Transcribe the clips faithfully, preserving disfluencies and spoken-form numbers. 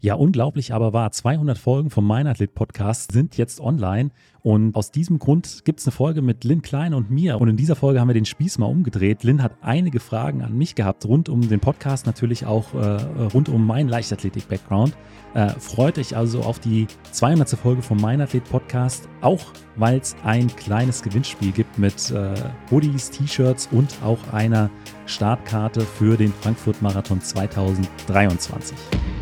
Ja, unglaublich aber wahr. zweihundert Folgen vom Meinathlet-Podcast sind jetzt online und aus diesem Grund gibt es eine Folge mit Lynn Klein und mir und in dieser Folge haben wir den Spieß mal umgedreht. Lynn hat einige Fragen an mich gehabt, rund um den Podcast, natürlich auch äh, rund um meinen Leichtathletik-Background. Äh, freut euch also auf die zweihundertste Folge vom Meinathlet-Podcast, auch weil es ein kleines Gewinnspiel gibt mit äh, Hoodies, T-Shirts und auch einer Startkarte für den Frankfurt-Marathon zweitausenddreiundzwanzig.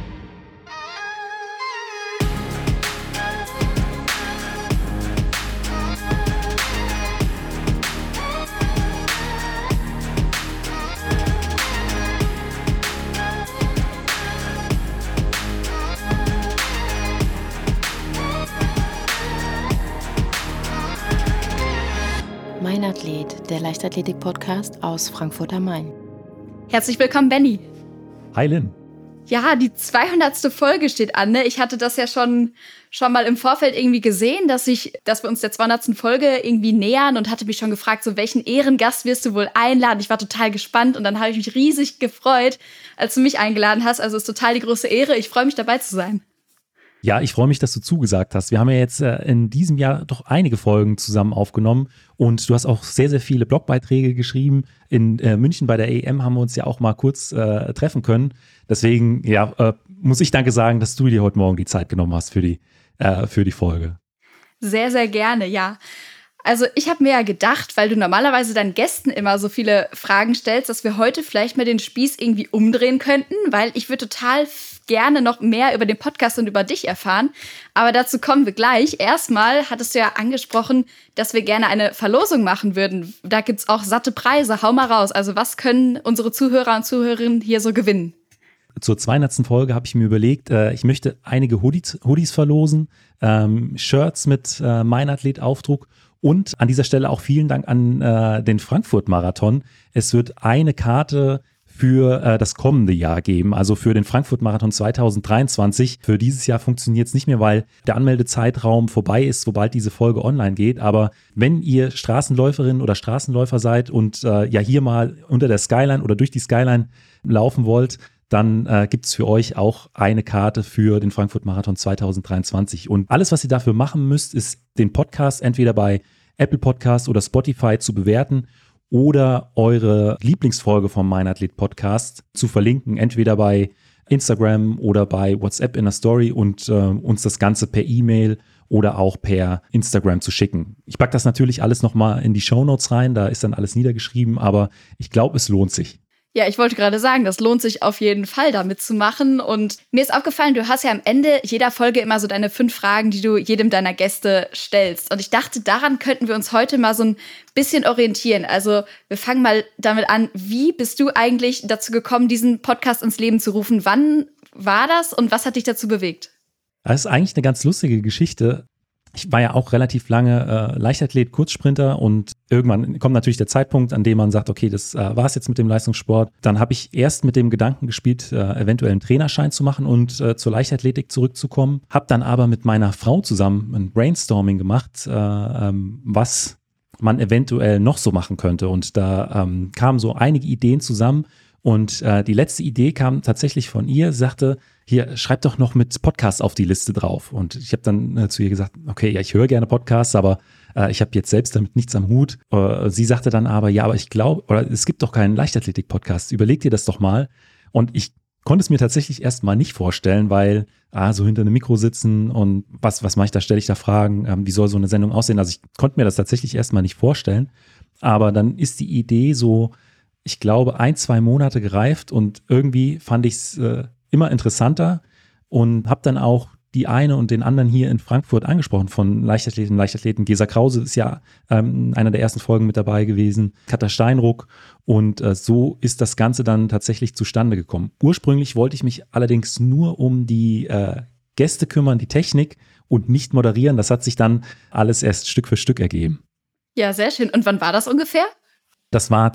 Meinathlet, der Leichtathletik-Podcast aus Frankfurt am Main. Herzlich willkommen, Benny. Hi, Lynn. Ja, die zweihundertste Folge steht an. Ne? Ich hatte das ja schon, schon mal im Vorfeld irgendwie gesehen, dass, ich, dass wir uns der zweihundertsten Folge irgendwie nähern und hatte mich schon gefragt, so welchen Ehrengast wirst du wohl einladen? Ich war total gespannt und dann habe ich mich riesig gefreut, als du mich eingeladen hast. Also es ist total die große Ehre. Ich freue mich, dabei zu sein. Ja, ich freue mich, dass du zugesagt hast. Wir haben ja jetzt äh, in diesem Jahr doch einige Folgen zusammen aufgenommen und du hast auch sehr, sehr viele Blogbeiträge geschrieben. In äh, München bei der E M haben wir uns ja auch mal kurz äh, treffen können. Deswegen ja, äh, muss ich danke sagen, dass du dir heute Morgen die Zeit genommen hast für die, äh, für die Folge. Sehr, sehr gerne, ja. Also ich habe mir ja gedacht, weil du normalerweise deinen Gästen immer so viele Fragen stellst, dass wir heute vielleicht mal den Spieß irgendwie umdrehen könnten, weil ich würde total gerne noch mehr über den Podcast und über dich erfahren. Aber dazu kommen wir gleich. Erstmal hattest du ja angesprochen, dass wir gerne eine Verlosung machen würden. Da gibt's auch satte Preise. Hau mal raus. Also was können unsere Zuhörer und Zuhörerinnen hier so gewinnen? Zur zweihundertsten Folge habe ich mir überlegt, äh, ich möchte einige Hoodies, Hoodies verlosen, ähm, Shirts mit äh, Meinathlet-Aufdruck. Und an dieser Stelle auch vielen Dank an äh, den Frankfurt-Marathon. Es wird eine Karte für äh, das kommende Jahr geben, also für den Frankfurt-Marathon zweitausenddreiundzwanzig. Für dieses Jahr funktioniert es nicht mehr, weil der Anmeldezeitraum vorbei ist, sobald diese Folge online geht. Aber wenn ihr Straßenläuferin oder Straßenläufer seid und äh, ja hier mal unter der Skyline oder durch die Skyline laufen wollt, dann äh, gibt es für euch auch eine Karte für den Frankfurt-Marathon zweitausenddreiundzwanzig. Und alles, was ihr dafür machen müsst, ist den Podcast entweder bei Apple Podcast oder Spotify zu bewerten oder eure Lieblingsfolge vom Meinathlet-Podcast zu verlinken, entweder bei Instagram oder bei WhatsApp in der Story und äh, uns das Ganze per E-Mail oder auch per Instagram zu schicken. Ich packe das natürlich alles nochmal in die Shownotes rein, da ist dann alles niedergeschrieben, aber ich glaube, es lohnt sich. Ja, ich wollte gerade sagen, das lohnt sich auf jeden Fall, da mitzumachen. Und mir ist aufgefallen, du hast ja am Ende jeder Folge immer so deine fünf Fragen, die du jedem deiner Gäste stellst. Und ich dachte, daran könnten wir uns heute mal so ein bisschen orientieren. Also wir fangen mal damit an, wie bist du eigentlich dazu gekommen, diesen Podcast ins Leben zu rufen? Wann war das und was hat dich dazu bewegt? Das ist eigentlich eine ganz lustige Geschichte. Ich war ja auch relativ lange äh, Leichtathlet, Kurzsprinter und irgendwann kommt natürlich der Zeitpunkt, an dem man sagt, okay, das äh, war es jetzt mit dem Leistungssport. Dann habe ich erst mit dem Gedanken gespielt, äh, eventuell einen Trainerschein zu machen und äh, zur Leichtathletik zurückzukommen. Habe dann aber mit meiner Frau zusammen ein Brainstorming gemacht, äh, ähm, was man eventuell noch so machen könnte. Und da ähm, kamen so einige Ideen zusammen. Und äh, die letzte Idee kam tatsächlich von ihr, sagte, hier, schreib doch noch mit Podcasts auf die Liste drauf. Und ich habe dann äh, zu ihr gesagt, okay, ja, ich höre gerne Podcasts, aber äh, ich habe jetzt selbst damit nichts am Hut. Äh, sie sagte dann aber, ja, aber ich glaube, oder es gibt doch keinen Leichtathletik-Podcast, überleg dir das doch mal. Und ich konnte es mir tatsächlich erst mal nicht vorstellen, weil ah, so hinter einem Mikro sitzen und was, was mache ich da, stelle ich da Fragen, ähm, wie soll so eine Sendung aussehen? Also ich konnte mir das tatsächlich erst mal nicht vorstellen. Aber dann ist die Idee so, ich glaube, ein, zwei Monate gereift und irgendwie fand ich es äh, immer interessanter und habe dann auch die eine und den anderen hier in Frankfurt angesprochen von Leichtathleten, Leichtathleten. Gesa Krause ist ja ähm, in einer der ersten Folgen mit dabei gewesen, Katha Steinruck und äh, so ist das Ganze dann tatsächlich zustande gekommen. Ursprünglich wollte ich mich allerdings nur um die äh, Gäste kümmern, die Technik und nicht moderieren. Das hat sich dann alles erst Stück für Stück ergeben. Ja, sehr schön. Und wann war das ungefähr? Das war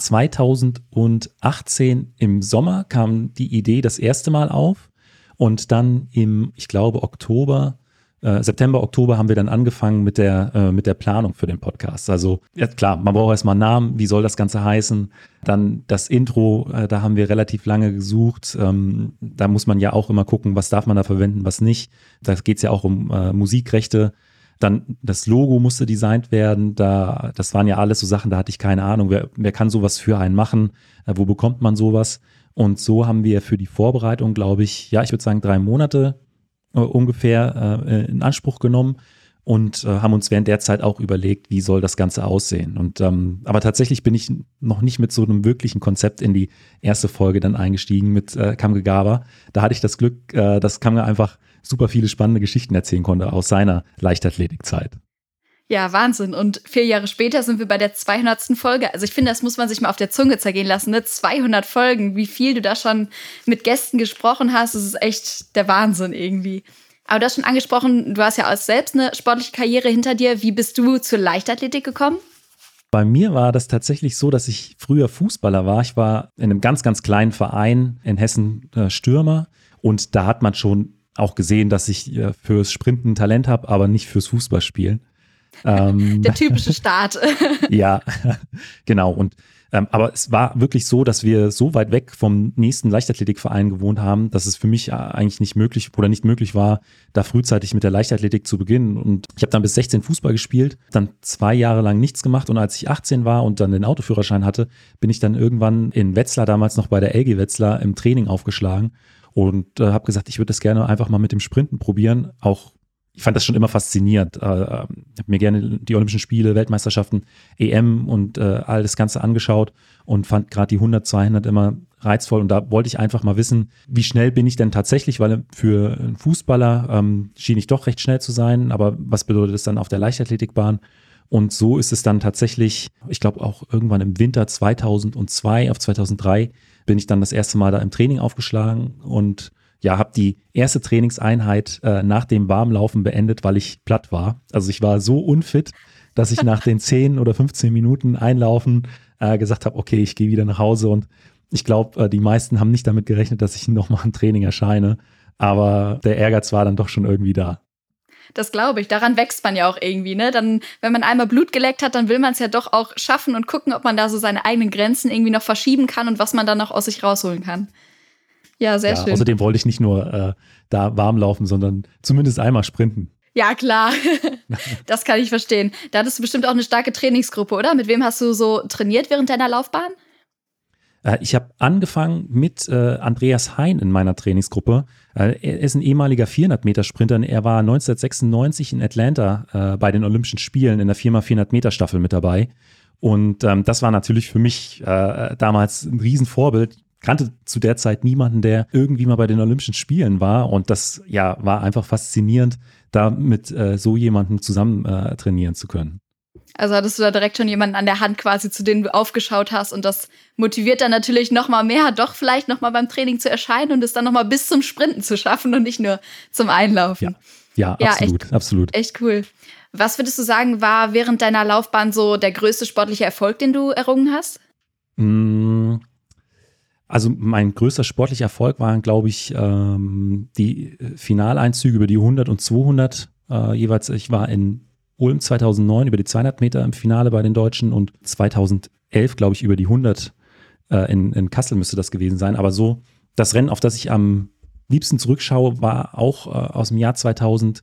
zweitausendachtzehn im Sommer, kam die Idee das erste Mal auf und dann im, ich glaube, Oktober äh, September, Oktober haben wir dann angefangen mit der, äh, mit der Planung für den Podcast. Also ja, klar, man braucht erstmal einen Namen, wie soll das Ganze heißen? Dann das Intro, äh, da haben wir relativ lange gesucht. Ähm, da muss man ja auch immer gucken, was darf man da verwenden, was nicht. Da geht es ja auch um äh, Musikrechte. Dann das Logo musste designt werden. Da, das waren ja alles so Sachen, da hatte ich keine Ahnung. Wer, wer kann sowas für einen machen? Äh, wo bekommt man sowas? Und so haben wir für die Vorbereitung, glaube ich, ja, ich würde sagen drei Monate äh, ungefähr äh, in Anspruch genommen und äh, haben uns während der Zeit auch überlegt, wie soll das Ganze aussehen. Und ähm, aber tatsächlich bin ich noch nicht mit so einem wirklichen Konzept in die erste Folge dann eingestiegen mit äh, Kamge Gaba. Da hatte ich das Glück, äh, dass Kamge einfach super viele spannende Geschichten erzählen konnte aus seiner Leichtathletikzeit. Ja, Wahnsinn. Und vier Jahre später sind wir bei der zweihundertsten Folge. Also ich finde, das muss man sich mal auf der Zunge zergehen lassen. Ne? zweihundert Folgen, wie viel du da schon mit Gästen gesprochen hast, das ist echt der Wahnsinn irgendwie. Aber du hast schon angesprochen, du hast ja auch selbst eine sportliche Karriere hinter dir. Wie bist du zur Leichtathletik gekommen? Bei mir war das tatsächlich so, dass ich früher Fußballer war. Ich war in einem ganz, ganz kleinen Verein in Hessen äh, Stürmer. Und da hat man schon auch gesehen, dass ich äh, fürs Sprinten Talent habe, aber nicht fürs Fußballspielen. Ähm, Der typische Start. Ja, genau. Und ähm, aber es war wirklich so, dass wir so weit weg vom nächsten Leichtathletikverein gewohnt haben, dass es für mich eigentlich nicht möglich oder nicht möglich war, da frühzeitig mit der Leichtathletik zu beginnen. Und ich habe dann bis sechzehn Fußball gespielt, dann zwei Jahre lang nichts gemacht. Und als ich achtzehn war und dann den Autoführerschein hatte, bin ich dann irgendwann in Wetzlar, damals noch bei der L G Wetzlar, im Training aufgeschlagen und äh, habe gesagt, ich würde das gerne einfach mal mit dem Sprinten probieren, auch. Ich fand das schon immer faszinierend. Ich äh, habe mir gerne die Olympischen Spiele, Weltmeisterschaften, E M und äh, all das Ganze angeschaut und fand gerade die hundert, zweihundert immer reizvoll. Und da wollte ich einfach mal wissen, wie schnell bin ich denn tatsächlich, weil für einen Fußballer ähm, schien ich doch recht schnell zu sein. Aber was bedeutet das dann auf der Leichtathletikbahn? Und so ist es dann tatsächlich, ich glaube auch irgendwann im Winter zweitausendzwei auf zweitausenddrei bin ich dann das erste Mal da im Training aufgeschlagen und ja, habe die erste Trainingseinheit äh, nach dem Warmlaufen beendet, weil ich platt war. Also ich war so unfit, dass ich nach den zehn oder fünfzehn Minuten Einlaufen äh, gesagt habe, okay, ich gehe wieder nach Hause. Und ich glaube, äh, die meisten haben nicht damit gerechnet, dass ich nochmal im Training erscheine. Aber der Ehrgeiz war dann doch schon irgendwie da. Das glaube ich. Daran wächst man ja auch irgendwie, ne? Dann, wenn man einmal Blut geleckt hat, dann will man es ja doch auch schaffen und gucken, ob man da so seine eigenen Grenzen irgendwie noch verschieben kann und was man dann noch aus sich rausholen kann. Ja, sehr ja, schön. Außerdem wollte ich nicht nur äh, da warm laufen, sondern zumindest einmal sprinten. Ja, klar. Das kann ich verstehen. Da hattest du bestimmt auch eine starke Trainingsgruppe, oder? Mit wem hast du so trainiert während deiner Laufbahn? Äh, ich habe angefangen mit äh, Andreas Hein in meiner Trainingsgruppe. Äh, er ist ein ehemaliger vierhundert-Meter-Sprinter. Er war neunzehnhundertsechsundneunzig in Atlanta äh, bei den Olympischen Spielen in der vier mal vierhundert Meter Staffel mit dabei. Und ähm, das war natürlich für mich äh, damals ein Riesenvorbild. Kannte zu der Zeit niemanden, der irgendwie mal bei den Olympischen Spielen war. Und das ja war einfach faszinierend, da mit äh, so jemandem zusammen äh, trainieren zu können. Also hattest du da direkt schon jemanden an der Hand quasi, zu dem du aufgeschaut hast. Und das motiviert dann natürlich noch mal mehr, doch vielleicht noch mal beim Training zu erscheinen und es dann noch mal bis zum Sprinten zu schaffen und nicht nur zum Einlaufen. Ja, ja, ja absolut, echt, absolut. Echt cool. Was würdest du sagen, war während deiner Laufbahn so der größte sportliche Erfolg, den du errungen hast? Mmh. Also mein größter sportlicher Erfolg waren, glaube ich, ähm, die Finaleinzüge über die hundert und zweihundert. Äh, jeweils, ich war in Ulm zweitausendneun über die zweihundert Meter im Finale bei den Deutschen und zweitausendelf, glaube ich, über die hundert. Äh, in, in Kassel müsste das gewesen sein. Aber so, das Rennen, auf das ich am liebsten zurückschaue, war auch äh, aus dem Jahr zweitausendneun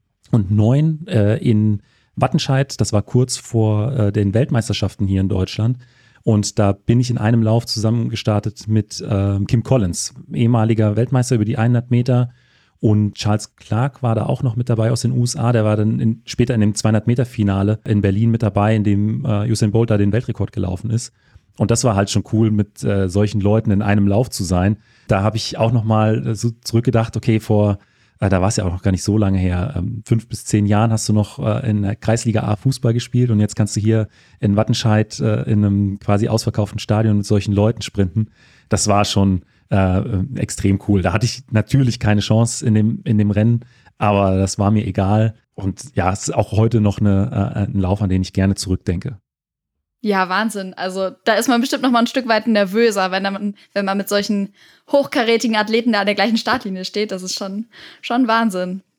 äh, in Wattenscheid. Das war kurz vor äh, den Weltmeisterschaften hier in Deutschland. Und da bin ich in einem Lauf zusammen gestartet mit äh, Kim Collins, ehemaliger Weltmeister über die hundert Meter. Und Charles Clark war da auch noch mit dabei aus den U S A. Der war dann in, später in dem zweihundert Meter Finale in Berlin mit dabei, in dem äh, Usain Bolt da den Weltrekord gelaufen ist. Und das war halt schon cool, mit äh, solchen Leuten in einem Lauf zu sein. Da habe ich auch noch mal so zurückgedacht, okay, vor da war es ja auch noch gar nicht so lange her. Fünf bis zehn Jahren hast du noch in der Kreisliga A Fußball gespielt und jetzt kannst du hier in Wattenscheid in einem quasi ausverkauften Stadion mit solchen Leuten sprinten. Das war schon äh, extrem cool. Da hatte ich natürlich keine Chance in dem, in dem Rennen, aber das war mir egal. Und ja, es ist auch heute noch eine, äh, ein Lauf, an den ich gerne zurückdenke. Ja, Wahnsinn. Also da ist man bestimmt noch mal ein Stück weit nervöser, wenn man, wenn man mit solchen hochkarätigen Athleten da an der gleichen Startlinie steht. Das ist schon, schon Wahnsinn.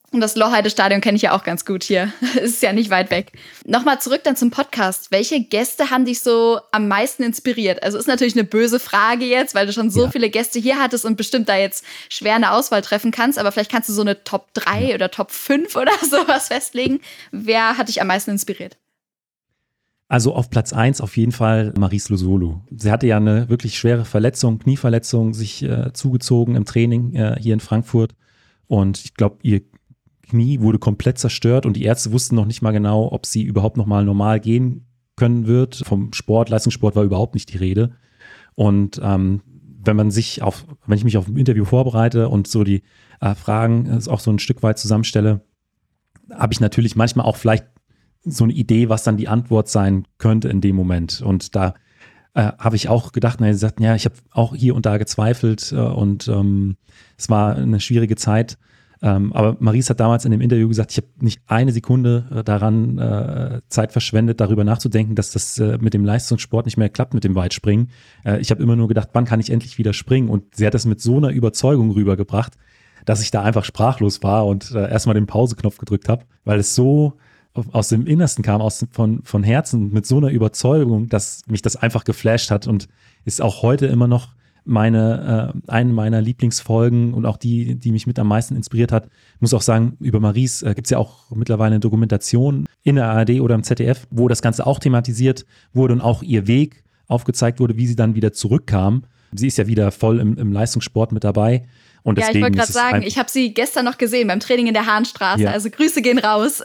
Und das Lochheide-Stadion kenne ich ja auch ganz gut hier. Ist ja nicht weit weg. Nochmal zurück dann zum Podcast. Welche Gäste haben dich so am meisten inspiriert? Also ist natürlich eine böse Frage jetzt, weil du schon so ja. viele Gäste hier hattest und bestimmt da jetzt schwer eine Auswahl treffen kannst. Aber vielleicht kannst du so eine Top drei ja. oder Top fünf oder sowas festlegen. Wer hat dich am meisten inspiriert? Also auf Platz eins auf jeden Fall Maryse Losolo. Sie hatte ja eine wirklich schwere Verletzung, Knieverletzung, sich äh, zugezogen im Training äh, hier in Frankfurt. Und ich glaube, ihr Knie wurde komplett zerstört und die Ärzte wussten noch nicht mal genau, ob sie überhaupt noch mal normal gehen können wird. Vom Sport, Leistungssport war überhaupt nicht die Rede. Und ähm, wenn man sich auf, wenn ich mich auf ein Interview vorbereite und so die äh, Fragen auch so ein Stück weit zusammenstelle, habe ich natürlich manchmal auch vielleicht so eine Idee, was dann die Antwort sein könnte in dem Moment. Und da äh, habe ich auch gedacht, na, sie sagten, ja, ich habe auch hier und da gezweifelt äh, und ähm, es war eine schwierige Zeit. Ähm, aber Maryse hat damals in dem Interview gesagt, ich habe nicht eine Sekunde äh, daran äh, Zeit verschwendet, darüber nachzudenken, dass das äh, mit dem Leistungssport nicht mehr klappt, mit dem Weitspringen. Äh, ich habe immer nur gedacht, wann kann ich endlich wieder springen? Und sie hat das mit so einer Überzeugung rübergebracht, dass ich da einfach sprachlos war und äh, erstmal den Pauseknopf gedrückt habe, weil es so aus dem Innersten kam, aus, von, von Herzen, mit so einer Überzeugung, dass mich das einfach geflasht hat und ist auch heute immer noch meine, äh, eine meiner Lieblingsfolgen und auch die, die mich mit am meisten inspiriert hat. Ich muss auch sagen, über Maryse äh, gibt es ja auch mittlerweile eine Dokumentation in der A R D oder im Z D F, wo das Ganze auch thematisiert wurde und auch ihr Weg aufgezeigt wurde, wie sie dann wieder zurückkam. Sie ist ja wieder voll im, im Leistungssport mit dabei. Und ja, ich wollte gerade sagen, ich habe sie gestern noch gesehen beim Training in der Hahnstraße, ja. Also Grüße gehen raus.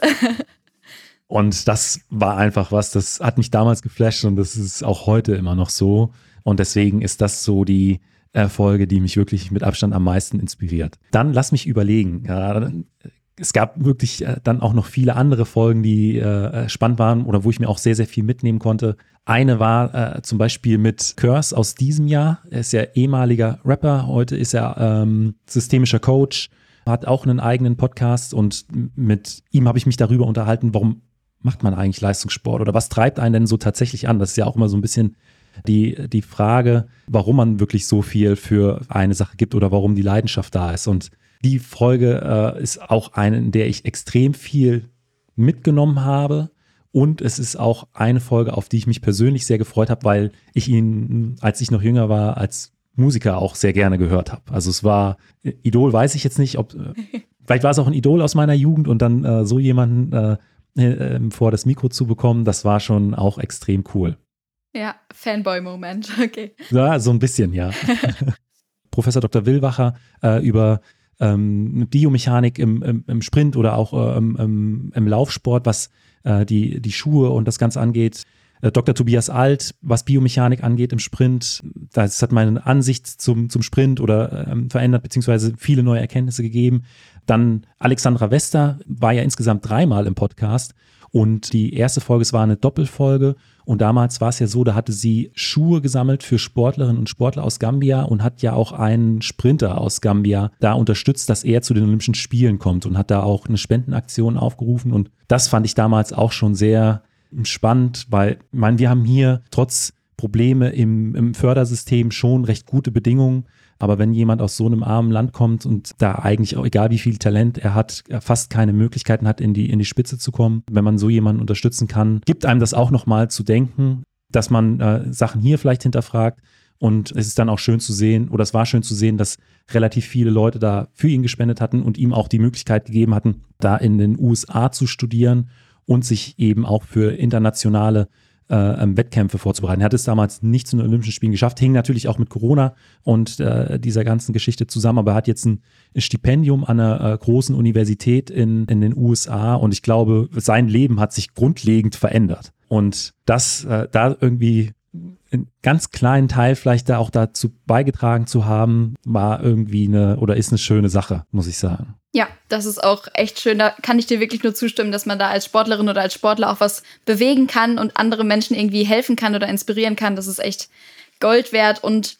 Und das war einfach was, das hat mich damals geflasht und das ist auch heute immer noch so. Und deswegen ist das so die äh, Folge, die mich wirklich mit Abstand am meisten inspiriert. Dann lass mich überlegen. Ja, es gab wirklich äh, dann auch noch viele andere Folgen, die äh, spannend waren oder wo ich mir auch sehr, sehr viel mitnehmen konnte. Eine war äh, zum Beispiel mit Curse aus diesem Jahr. Er ist ja ehemaliger Rapper, heute ist er ähm, systemischer Coach, hat auch einen eigenen Podcast und mit ihm habe ich mich darüber unterhalten, warum macht man eigentlich Leistungssport oder was treibt einen denn so tatsächlich an? Das ist ja auch immer so ein bisschen die, die Frage, warum man wirklich so viel für eine Sache gibt oder warum die Leidenschaft da ist. Und die Folge äh, ist auch eine, in der ich extrem viel mitgenommen habe. Und es ist auch eine Folge, auf die ich mich persönlich sehr gefreut habe, weil ich ihn, als ich noch jünger war, als Musiker auch sehr gerne gehört habe. Also es war, Idol weiß ich jetzt nicht, ob, vielleicht war es auch ein Idol aus meiner Jugend und dann äh, so jemanden äh, äh, vor das Mikro zu bekommen, das war schon auch extrem cool. Ja, Fanboy-Moment, okay. Ja, so ein bisschen, ja. Professor Doktor Willwacher äh, über ähm, Biomechanik im, im, im Sprint oder auch äh, im, im Laufsport, was äh, die, die Schuhe und das Ganze angeht. Äh, Doktor Tobias Alt, was Biomechanik angeht im Sprint. Das hat meine Ansicht zum, zum Sprint oder ähm, verändert, beziehungsweise viele neue Erkenntnisse gegeben. Dann Alexandra Wester war ja insgesamt dreimal im Podcast. Und die erste Folge, es war eine Doppelfolge und damals war es ja so, da hatte sie Schuhe gesammelt für Sportlerinnen und Sportler aus Gambia und hat ja auch einen Sprinter aus Gambia da unterstützt, dass er zu den Olympischen Spielen kommt und hat da auch eine Spendenaktion aufgerufen und das fand ich damals auch schon sehr spannend, weil ich meine, wir haben hier trotz Probleme im, im Fördersystem schon recht gute Bedingungen. Aber wenn jemand aus so einem armen Land kommt und da eigentlich auch, egal wie viel Talent er hat, er fast keine Möglichkeiten hat, in die, in die Spitze zu kommen, wenn man so jemanden unterstützen kann, gibt einem das auch nochmal zu denken, dass man äh, Sachen hier vielleicht hinterfragt. Und es ist dann auch schön zu sehen, oder es war schön zu sehen, dass relativ viele Leute da für ihn gespendet hatten und ihm auch die Möglichkeit gegeben hatten, da in den U S A zu studieren und sich eben auch für internationale Äh, Wettkämpfe vorzubereiten. Er hat es damals nicht zu den Olympischen Spielen geschafft, hing natürlich auch mit Corona und äh, dieser ganzen Geschichte zusammen, aber er hat jetzt ein Stipendium an einer äh, großen Universität in, in den U S A und ich glaube, sein Leben hat sich grundlegend verändert. Und das äh, da irgendwie einen ganz kleinen Teil vielleicht da auch dazu beigetragen zu haben, war irgendwie eine oder ist eine schöne Sache, muss ich sagen. Ja, das ist auch echt schön. Da kann ich dir wirklich nur zustimmen, dass man da als Sportlerin oder als Sportler auch was bewegen kann und andere Menschen irgendwie helfen kann oder inspirieren kann. Das ist echt Gold wert. Und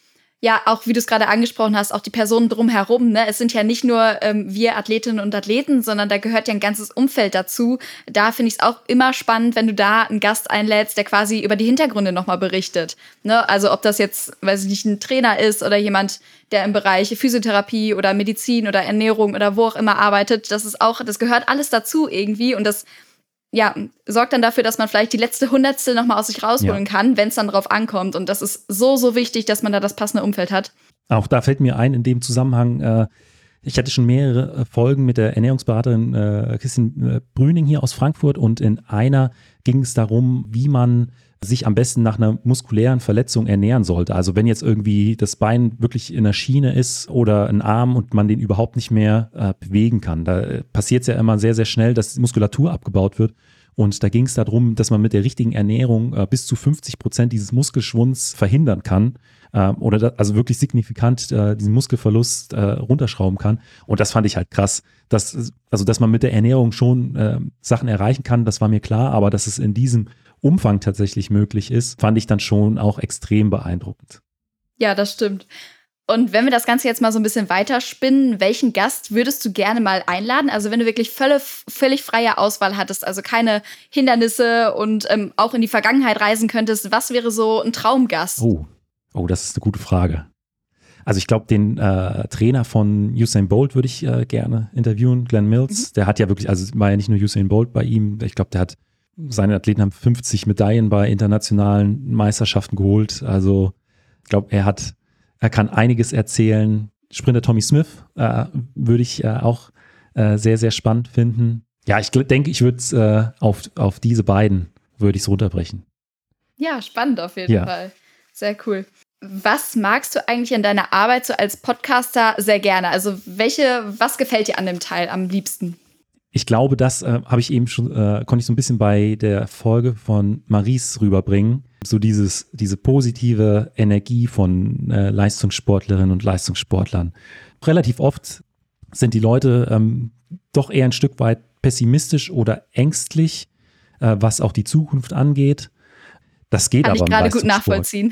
Ja, auch wie du es gerade angesprochen hast, auch die Personen drumherum, ne? Es sind ja nicht nur ähm, wir Athletinnen und Athleten, sondern da gehört ja ein ganzes Umfeld dazu. Da finde ich es auch immer spannend, wenn du da einen Gast einlädst, der quasi über die Hintergründe nochmal berichtet. Ne? Also ob das jetzt, weiß ich nicht, ein Trainer ist oder jemand, der im Bereich Physiotherapie oder Medizin oder Ernährung oder wo auch immer arbeitet. Das ist auch, das gehört alles dazu irgendwie und das ja, sorgt dann dafür, dass man vielleicht die letzte Hundertstel nochmal aus sich rausholen ja. kann, wenn es dann drauf ankommt. Und das ist so, so wichtig, dass man da das passende Umfeld hat. Auch da fällt mir ein, in dem Zusammenhang, äh, ich hatte schon mehrere Folgen mit der Ernährungsberaterin äh, Christine Brüning hier aus Frankfurt und in einer ging es darum, wie man sich am besten nach einer muskulären Verletzung ernähren sollte. Also wenn jetzt irgendwie das Bein wirklich in der Schiene ist oder ein Arm und man den überhaupt nicht mehr äh, bewegen kann. Da äh, passiert es ja immer sehr, sehr schnell, dass die Muskulatur abgebaut wird. Und da ging es darum, dass man mit der richtigen Ernährung äh, bis zu fünfzig Prozent dieses Muskelschwunds verhindern kann. Äh, oder da, also wirklich signifikant äh, diesen Muskelverlust äh, runterschrauben kann. Und das fand ich halt krass. Dass, also dass man mit der Ernährung schon äh, Sachen erreichen kann, das war mir klar. Aber dass es in diesem Umfang tatsächlich möglich ist, fand ich dann schon auch extrem beeindruckend. Ja, das stimmt. Und wenn wir das Ganze jetzt mal so ein bisschen weiterspinnen, welchen Gast würdest du gerne mal einladen? Also wenn du wirklich völlig, völlig freie Auswahl hattest, also keine Hindernisse und ähm, auch in die Vergangenheit reisen könntest, was wäre so ein Traumgast? Oh, oh, das ist eine gute Frage. Also ich glaube, den äh, Trainer von Usain Bolt würde ich äh, gerne interviewen, Glenn Mills. Mhm. Der hat ja wirklich, also war ja nicht nur Usain Bolt bei ihm, ich glaube, der hat seine Athleten haben fünfzig Medaillen bei internationalen Meisterschaften geholt. Also ich glaube, er hat, er kann einiges erzählen. Sprinter Tommy Smith äh, würde ich äh, auch äh, sehr, sehr spannend finden. Ja, ich denke, ich würde es äh, auf, auf diese beiden würde ich es runterbrechen. Ja, spannend auf jeden ja. Fall. Sehr cool. Was magst du eigentlich an deiner Arbeit so als Podcaster sehr gerne? Also welche, was gefällt dir an dem Teil am liebsten? Ich glaube, das äh, habe ich eben schon, äh, konnte ich so ein bisschen bei der Folge von Maries rüberbringen. So dieses, diese positive Energie von äh, Leistungssportlerinnen und Leistungssportlern. Relativ oft sind die Leute ähm, doch eher ein Stück weit pessimistisch oder ängstlich, äh, was auch die Zukunft angeht. Das geht Kann aber ich gerade gut nachvollziehen.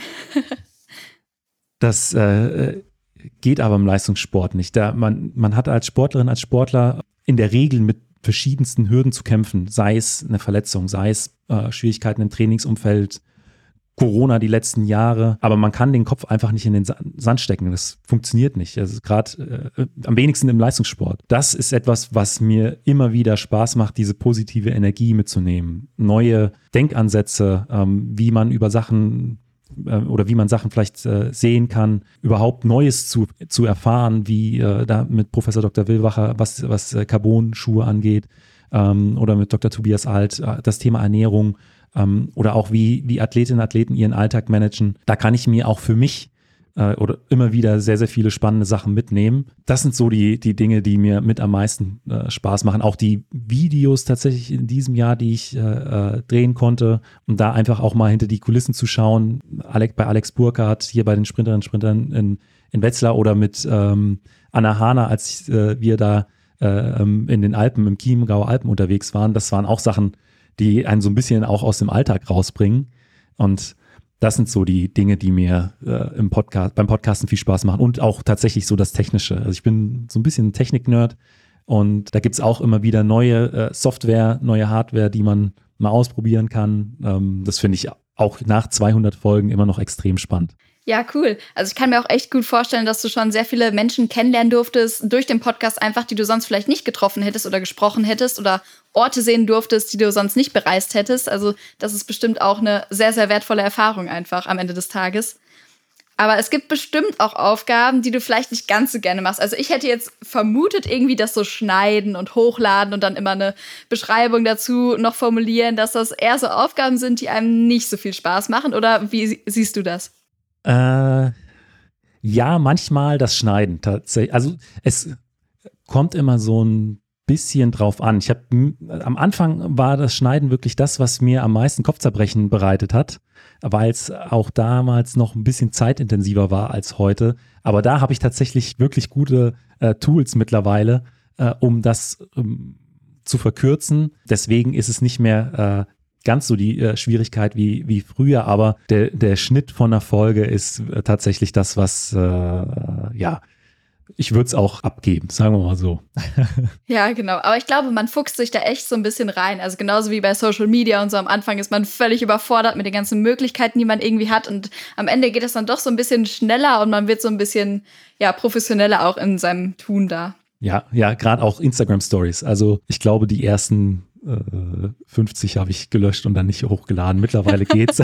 Das äh, geht aber im Leistungssport nicht. Da man, man hat als Sportlerin, als Sportler in der Regel mit verschiedensten Hürden zu kämpfen, sei es eine Verletzung, sei es äh, Schwierigkeiten im Trainingsumfeld, Corona die letzten Jahre, aber man kann den Kopf einfach nicht in den Sand stecken, das funktioniert nicht, also gerade äh, am wenigsten im Leistungssport. Das ist etwas, was mir immer wieder Spaß macht, diese positive Energie mitzunehmen, neue Denkansätze, ähm, wie man über Sachen oder wie man Sachen vielleicht äh, sehen kann, überhaupt Neues zu, zu erfahren, wie äh, da mit Professor Doktor Willwacher, was, was äh, Carbon-Schuhe angeht, ähm, oder mit Doktor Tobias Alt, äh, das Thema Ernährung, ähm, oder auch wie, wie Athletinnen und Athleten ihren Alltag managen. Da kann ich mir auch für mich äh, oder immer wieder sehr, sehr viele spannende Sachen mitnehmen. Das sind so die, die Dinge, die mir mit am meisten äh, Spaß machen. Auch die Videos tatsächlich in diesem Jahr, die ich äh, äh, drehen konnte, um da einfach auch mal hinter die Kulissen zu schauen. Alex, bei Alex Burkhardt, hier bei den Sprinterinnen und Sprintern in, in Wetzlar oder mit ähm, Anna Hahner, als äh, wir da äh, in den Alpen, im Chiemgauer Alpen unterwegs waren. Das waren auch Sachen, die einen so ein bisschen auch aus dem Alltag rausbringen. Und das sind so die Dinge, die mir äh, im Podcast, beim Podcasten viel Spaß machen und auch tatsächlich so das Technische. Also ich bin so ein bisschen ein Technik-Nerd und da gibt es auch immer wieder neue äh, Software, neue Hardware, die man mal ausprobieren kann. Ähm, das finde ich auch nach zweihundert Folgen immer noch extrem spannend. Ja, cool. Also ich kann mir auch echt gut vorstellen, dass du schon sehr viele Menschen kennenlernen durftest durch den Podcast einfach, die du sonst vielleicht nicht getroffen hättest oder gesprochen hättest oder Orte sehen durftest, die du sonst nicht bereist hättest. Also das ist bestimmt auch eine sehr, sehr wertvolle Erfahrung einfach am Ende des Tages. Aber es gibt bestimmt auch Aufgaben, die du vielleicht nicht ganz so gerne machst. Also ich hätte jetzt vermutet, irgendwie das so schneiden und hochladen und dann immer eine Beschreibung dazu noch formulieren, dass das eher so Aufgaben sind, die einem nicht so viel Spaß machen. Oder wie siehst du das? Äh, ja, manchmal das Schneiden tatsächlich. Also es kommt immer so ein bisschen drauf an. Ich habe am Anfang war das Schneiden wirklich das, was mir am meisten Kopfzerbrechen bereitet hat, weil es auch damals noch ein bisschen zeitintensiver war als heute. Aber da habe ich tatsächlich wirklich gute äh, Tools mittlerweile, äh, um das ähm, zu verkürzen. Deswegen ist es nicht mehr äh, ganz so die äh, Schwierigkeit wie, wie früher, aber der, der Schnitt von einer Folge ist äh, tatsächlich das, was, äh, ja, ich würde es auch abgeben, sagen wir mal so. Ja, genau. Aber ich glaube, man fuchst sich da echt so ein bisschen rein. Also genauso wie bei Social Media und so am Anfang ist man völlig überfordert mit den ganzen Möglichkeiten, die man irgendwie hat. Und am Ende geht es dann doch so ein bisschen schneller und man wird so ein bisschen, ja, professioneller auch in seinem Tun da. Ja, ja, gerade auch Instagram-Stories. Also ich glaube, die ersten äh, fünfzig habe ich gelöscht und dann nicht hochgeladen. Mittlerweile geht's.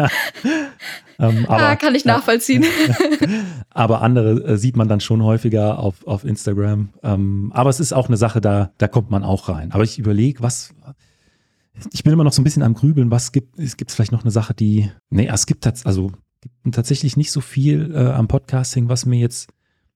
ähm, aber, ah, kann ich nachvollziehen. Äh, aber andere äh, sieht man dann schon häufiger auf, auf Instagram. Ähm, aber es ist auch eine Sache, da, da kommt man auch rein. Aber ich überlege, was... Ich bin immer noch so ein bisschen am Grübeln, was gibt es gibt vielleicht noch eine Sache, die... Nee, es gibt, tats- also, gibt tatsächlich nicht so viel äh, am Podcasting, was mir jetzt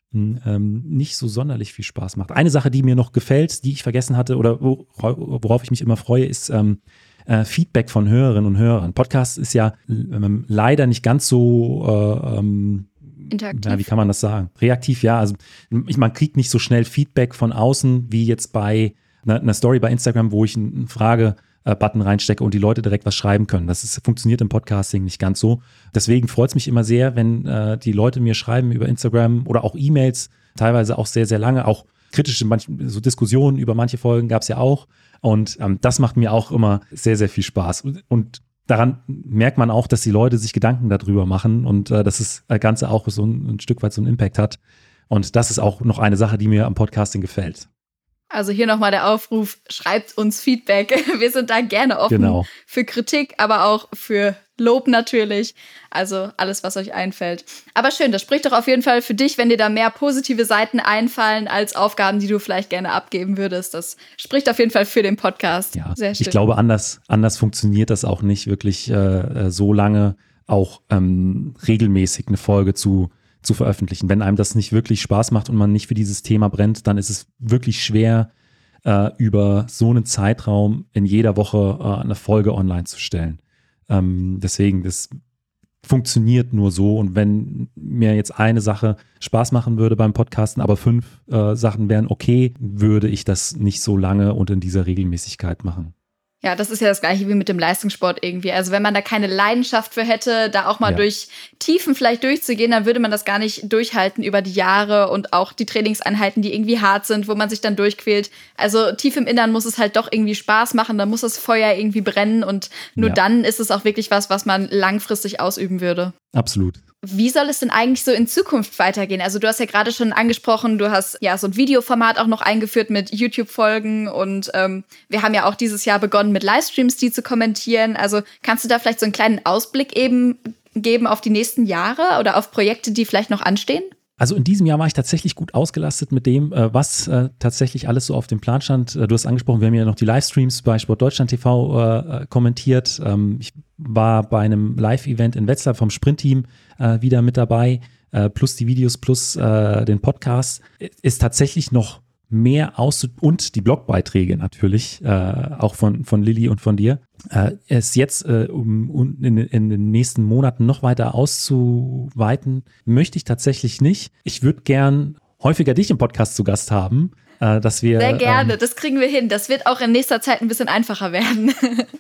Ähm, nicht so sonderlich viel Spaß macht. Eine Sache, die mir noch gefällt, die ich vergessen hatte oder worauf ich mich immer freue, ist ähm, äh, Feedback von Hörerinnen und Hörern. Podcast ist ja ähm, leider nicht ganz so äh, ähm, interaktiv. Ja, wie kann man das sagen? Reaktiv, ja. Also ich, man kriegt nicht so schnell Feedback von außen wie jetzt bei einer, einer Story bei Instagram, wo ich einen Frage Button reinstecke und die Leute direkt was schreiben können. Das ist, funktioniert im Podcasting nicht ganz so. Deswegen freut es mich immer sehr, wenn äh, die Leute mir schreiben über Instagram oder auch E-Mails, teilweise auch sehr, sehr lange, auch kritische manch, so Diskussionen über manche Folgen gab es ja auch. Und ähm, das macht mir auch immer sehr, sehr viel Spaß. Und daran merkt man auch, dass die Leute sich Gedanken darüber machen und äh, dass das Ganze auch so ein, ein Stück weit so einen Impact hat. Und das ist auch noch eine Sache, die mir am Podcasting gefällt. Also hier nochmal der Aufruf, schreibt uns Feedback. Wir sind da gerne offen Genau. Für Kritik, aber auch für Lob natürlich. Also alles, was euch einfällt. Aber schön, das spricht doch auf jeden Fall für dich, wenn dir da mehr positive Seiten einfallen als Aufgaben, die du vielleicht gerne abgeben würdest. Das spricht auf jeden Fall für den Podcast. Ja, sehr schön. Ich glaube, anders, anders funktioniert das auch nicht, wirklich äh, so lange auch ähm, regelmäßig eine Folge zu zu veröffentlichen. Wenn einem das nicht wirklich Spaß macht und man nicht für dieses Thema brennt, dann ist es wirklich schwer, äh, über so einen Zeitraum in jeder Woche äh, eine Folge online zu stellen. Ähm, deswegen, das funktioniert nur so. Und wenn mir jetzt eine Sache Spaß machen würde beim Podcasten, aber fünf äh, Sachen wären okay, würde ich das nicht so lange und in dieser Regelmäßigkeit machen. Ja, das ist ja das Gleiche wie mit dem Leistungssport irgendwie. Also wenn man da keine Leidenschaft für hätte, da auch mal ja. durch Tiefen vielleicht durchzugehen, dann würde man das gar nicht durchhalten über die Jahre und auch die Trainingseinheiten, die irgendwie hart sind, wo man sich dann durchquält. Also tief im Innern muss es halt doch irgendwie Spaß machen, da muss das Feuer irgendwie brennen und nur ja. dann ist es auch wirklich was, was man langfristig ausüben würde. Absolut. Wie soll es denn eigentlich so in Zukunft weitergehen? Also du hast ja gerade schon angesprochen, du hast ja so ein Videoformat auch noch eingeführt mit YouTube-Folgen und ähm, wir haben ja auch dieses Jahr begonnen mit Livestreams, die zu kommentieren. Also kannst du da vielleicht so einen kleinen Ausblick eben geben auf die nächsten Jahre oder auf Projekte, die vielleicht noch anstehen? Also in diesem Jahr war ich tatsächlich gut ausgelastet mit dem, was äh, tatsächlich alles so auf dem Plan stand. Du hast angesprochen, wir haben ja noch die Livestreams bei Sport Deutschland T V äh, kommentiert. Ähm, ich war bei einem Live-Event in Wetzlar vom Sprintteam äh, wieder mit dabei, äh, plus die Videos, plus äh, den Podcast. Ist tatsächlich noch mehr aus und die Blogbeiträge natürlich, äh, auch von, von Lilly und von dir. Äh, es jetzt, äh, um, um in, in den nächsten Monaten noch weiter auszuweiten, möchte ich tatsächlich nicht. Ich würde gern häufiger dich im Podcast zu Gast haben, äh, dass wir... Sehr gerne, ähm, das kriegen wir hin. Das wird auch in nächster Zeit ein bisschen einfacher werden.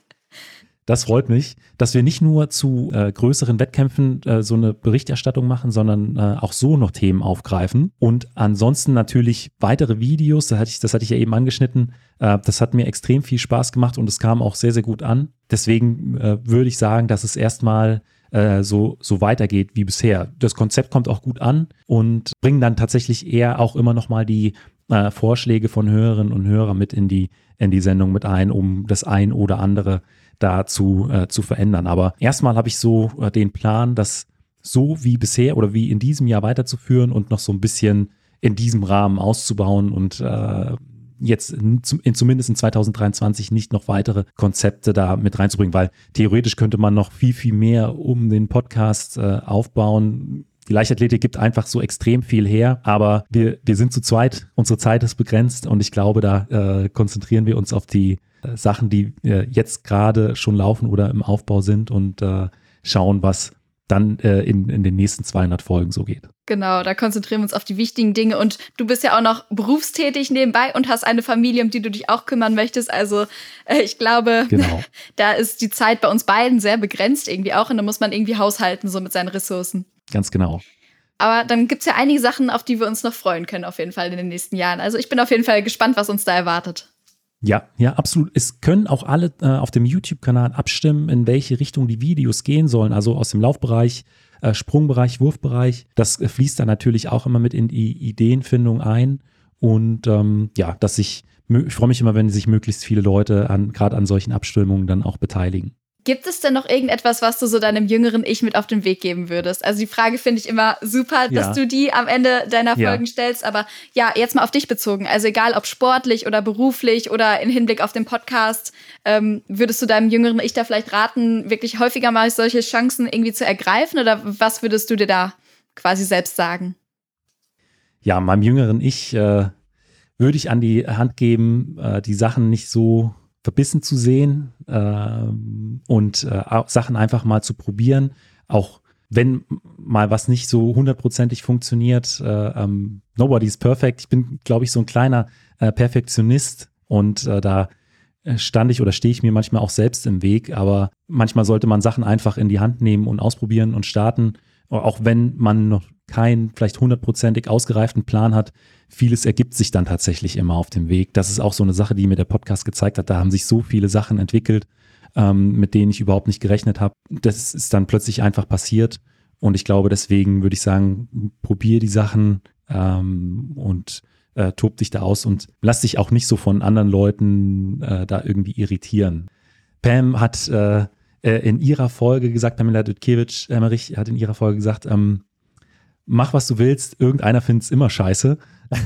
Das freut mich, dass wir nicht nur zu äh, größeren Wettkämpfen äh, so eine Berichterstattung machen, sondern äh, auch so noch Themen aufgreifen. Und ansonsten natürlich weitere Videos, das hatte ich, das hatte ich ja eben angeschnitten. Äh, das hat mir extrem viel Spaß gemacht und es kam auch sehr, sehr gut an. Deswegen äh, würde ich sagen, dass es erstmal äh, so, so weitergeht wie bisher. Das Konzept kommt auch gut an und bringen dann tatsächlich eher auch immer noch mal die äh, Vorschläge von Hörerinnen und Hörern mit in die, in die Sendung mit ein, um das ein oder andere dazu äh, zu verändern. Aber erstmal habe ich so äh, den Plan, das so wie bisher oder wie in diesem Jahr weiterzuführen und noch so ein bisschen in diesem Rahmen auszubauen und äh, jetzt in, in, zumindest in zwanzig dreiundzwanzig nicht noch weitere Konzepte da mit reinzubringen, weil theoretisch könnte man noch viel, viel mehr um den Podcast äh, aufbauen. Die Leichtathletik gibt einfach so extrem viel her, aber wir, wir sind zu zweit, unsere Zeit ist begrenzt und ich glaube, da äh, konzentrieren wir uns auf die äh, Sachen, die äh, jetzt gerade schon laufen oder im Aufbau sind und äh, schauen, was dann äh, in, in den nächsten zweihundert Folgen so geht. Genau, da konzentrieren wir uns auf die wichtigen Dinge. Und du bist ja auch noch berufstätig nebenbei und hast eine Familie, um die du dich auch kümmern möchtest. Also äh, ich glaube, genau. Da ist die Zeit bei uns beiden sehr begrenzt irgendwie auch. Und da muss man irgendwie haushalten, so mit seinen Ressourcen. Ganz genau. Aber dann gibt es ja einige Sachen, auf die wir uns noch freuen können auf jeden Fall in den nächsten Jahren. Also ich bin auf jeden Fall gespannt, was uns da erwartet. Ja, ja, absolut. Es können auch alle äh, auf dem YouTube-Kanal abstimmen, in welche Richtung die Videos gehen sollen. Also aus dem Laufbereich, äh, Sprungbereich, Wurfbereich. Das äh, fließt dann natürlich auch immer mit in die Ideenfindung ein. Und ähm, ja, dass sich, ich freue mich immer, wenn sich möglichst viele Leute an, gerade an solchen Abstimmungen dann auch beteiligen. Gibt es denn noch irgendetwas, was du so deinem jüngeren Ich mit auf den Weg geben würdest? Also die Frage finde ich immer super, ja. dass du die am Ende deiner ja. Folgen stellst. Aber ja, jetzt mal auf dich bezogen. Also egal, ob sportlich oder beruflich oder in Hinblick auf den Podcast, ähm, würdest du deinem jüngeren Ich da vielleicht raten, wirklich häufiger mal solche Chancen irgendwie zu ergreifen? Oder was würdest du dir da quasi selbst sagen? Ja, meinem jüngeren Ich äh, würde ich an die Hand geben, äh, die Sachen nicht so verbissen zu sehen ähm, und äh, Sachen einfach mal zu probieren, auch wenn mal was nicht so hundertprozentig funktioniert. Äh, ähm, nobody's perfect. Ich bin, glaube ich, so ein kleiner äh, Perfektionist und äh, da stand ich oder stehe ich mir manchmal auch selbst im Weg, aber manchmal sollte man Sachen einfach in die Hand nehmen und ausprobieren und starten, auch wenn man noch keinen vielleicht hundertprozentig ausgereiften Plan hat. Vieles ergibt sich dann tatsächlich immer auf dem Weg. Das ist auch so eine Sache, die mir der Podcast gezeigt hat. Da haben sich so viele Sachen entwickelt, ähm, mit denen ich überhaupt nicht gerechnet habe. Das ist dann plötzlich einfach passiert. Und ich glaube, deswegen würde ich sagen, probier die Sachen ähm, und äh, tob dich da aus und lass dich auch nicht so von anderen Leuten äh, da irgendwie irritieren. Pam hat äh, in ihrer Folge gesagt, Pamela Dutkiewicz-Emmerich hat in ihrer Folge gesagt, ähm, mach, was du willst, irgendeiner findet es immer scheiße.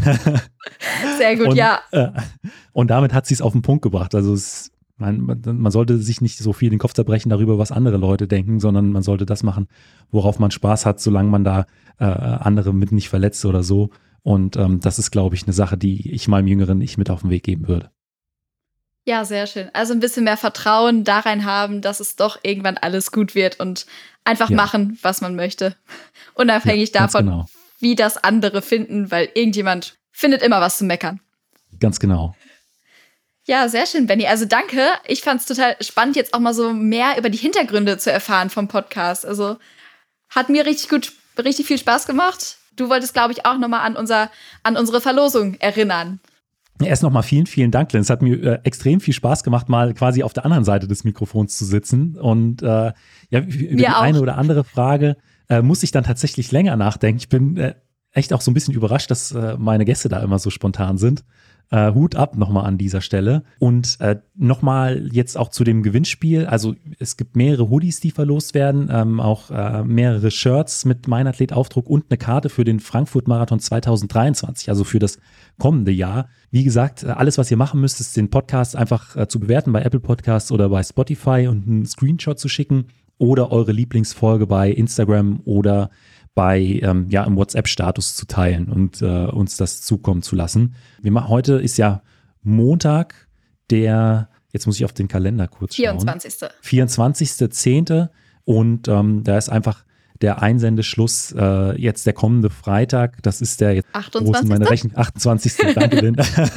Sehr gut, und, ja. Äh, und damit hat sie es auf den Punkt gebracht. Also es, man, man sollte sich nicht so viel den Kopf zerbrechen darüber, was andere Leute denken, sondern man sollte das machen, worauf man Spaß hat, solange man da äh, andere mit nicht verletzt oder so. Und ähm, das ist, glaube ich, eine Sache, die ich meinem jüngeren Ich mit auf den Weg geben würde. Ja, sehr schön. Also ein bisschen mehr Vertrauen da rein haben, dass es doch irgendwann alles gut wird und einfach ja. machen, was man möchte. Unabhängig ja, davon, genau. wie das andere finden, weil irgendjemand findet immer was zu meckern. Ganz genau. Ja, sehr schön, Benni. Also danke. Ich fand es total spannend, jetzt auch mal so mehr über die Hintergründe zu erfahren vom Podcast. Also hat mir richtig gut, richtig viel Spaß gemacht. Du wolltest, glaube ich, auch nochmal an unser, an unsere Verlosung erinnern. Erst nochmal vielen, vielen Dank, Glenn. Es hat mir äh, extrem viel Spaß gemacht, mal quasi auf der anderen Seite des Mikrofons zu sitzen. Und äh, ja, über mir die auch. Eine oder andere Frage äh, muss ich dann tatsächlich länger nachdenken. Ich bin äh, echt auch so ein bisschen überrascht, dass äh, meine Gäste da immer so spontan sind. Äh, Hut ab nochmal an dieser Stelle. Und äh, nochmal jetzt auch zu dem Gewinnspiel. Also es gibt mehrere Hoodies, die verlost werden, ähm, auch äh, mehrere Shirts mit Meinathlet-Aufdruck und eine Karte für den Frankfurt-Marathon zwanzig dreiundzwanzig, also für das kommende Jahr. Wie gesagt, alles, was ihr machen müsst, ist den Podcast einfach äh, zu bewerten bei Apple Podcasts oder bei Spotify und einen Screenshot zu schicken oder eure Lieblingsfolge bei Instagram oder bei ähm, ja im WhatsApp-Status zu teilen und äh, uns das zukommen zu lassen. Wir machen, heute ist ja Montag, der, jetzt muss ich auf den Kalender kurz schauen. vierundzwanzigster vierundzwanzigster zehnter und ähm, da ist einfach der Einsendeschluss äh, jetzt der kommende Freitag. Das ist der jetzt achtundzwanzigster meine Rechnung, achtundzwanzigster Danke, Lynn.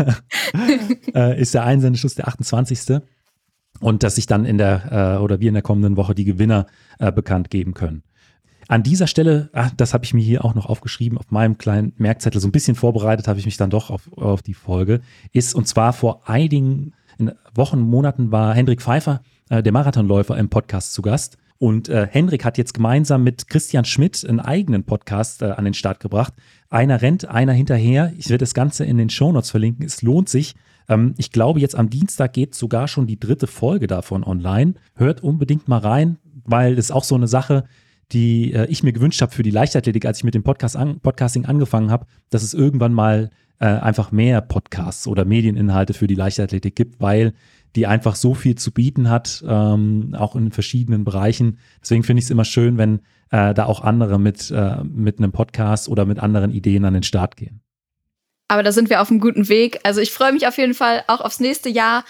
äh, ist der Einsendeschluss der achtundzwanzigster Und dass sich dann in der äh, oder wir in der kommenden Woche die Gewinner äh, bekannt geben können. An dieser Stelle, ach, das habe ich mir hier auch noch aufgeschrieben, auf meinem kleinen Merkzettel, so ein bisschen vorbereitet habe ich mich dann doch auf, auf die Folge, ist, und zwar vor einigen Wochen, Monaten war Hendrik Pfeiffer, äh, der Marathonläufer, im Podcast zu Gast. Und äh, Hendrik hat jetzt gemeinsam mit Christian Schmidt einen eigenen Podcast äh, an den Start gebracht. Einer rennt, einer hinterher. Ich werde das Ganze in den Shownotes verlinken. Es lohnt sich. Ähm, ich glaube, jetzt am Dienstag geht sogar schon die dritte Folge davon online. Hört unbedingt mal rein, weil das ist auch so eine Sache, die äh, ich mir gewünscht habe für die Leichtathletik, als ich mit dem Podcast an, Podcasting angefangen habe, dass es irgendwann mal äh, einfach mehr Podcasts oder Medieninhalte für die Leichtathletik gibt, weil die einfach so viel zu bieten hat, ähm, auch in verschiedenen Bereichen. Deswegen finde ich es immer schön, wenn äh, da auch andere mit, äh, mit einem Podcast oder mit anderen Ideen an den Start gehen. Aber da sind wir auf einem guten Weg. Also ich freue mich auf jeden Fall auch aufs nächste Jahr.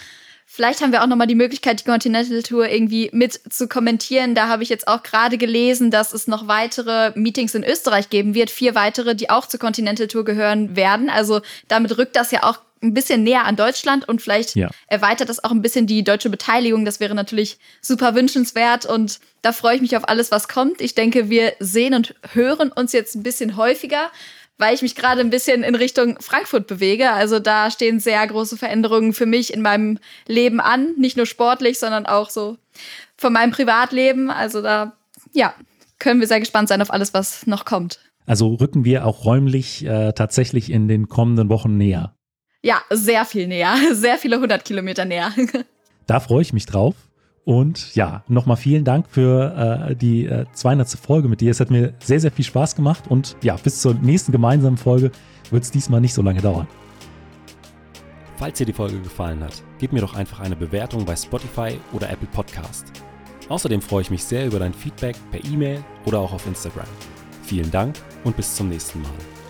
Vielleicht haben wir auch nochmal die Möglichkeit, die Continental Tour irgendwie mit zu kommentieren. Da habe ich jetzt auch gerade gelesen, dass es noch weitere Meetings in Österreich geben wird. Vier weitere, die auch zur Continental Tour gehören werden. Also damit rückt das ja auch ein bisschen näher an Deutschland und vielleicht ja. erweitert das auch ein bisschen die deutsche Beteiligung. Das wäre natürlich super wünschenswert und da freue ich mich auf alles, was kommt. Ich denke, wir sehen und hören uns jetzt ein bisschen häufiger, weil ich mich gerade ein bisschen in Richtung Frankfurt bewege. Also da stehen sehr große Veränderungen für mich in meinem Leben an. Nicht nur sportlich, sondern auch so von meinem Privatleben. Also da, ja, können wir sehr gespannt sein auf alles, was noch kommt. Also rücken wir auch räumlich äh, tatsächlich in den kommenden Wochen näher. Ja, sehr viel näher. Sehr viele hundert Kilometer näher. Da freue ich mich drauf. Und ja, nochmal vielen Dank für äh, die äh, zweihundertste Folge mit dir. Es hat mir sehr, sehr viel Spaß gemacht. Und ja, bis zur nächsten gemeinsamen Folge wird es diesmal nicht so lange dauern. Falls dir die Folge gefallen hat, gib mir doch einfach eine Bewertung bei Spotify oder Apple Podcast. Außerdem freue ich mich sehr über dein Feedback per E-Mail oder auch auf Instagram. Vielen Dank und bis zum nächsten Mal.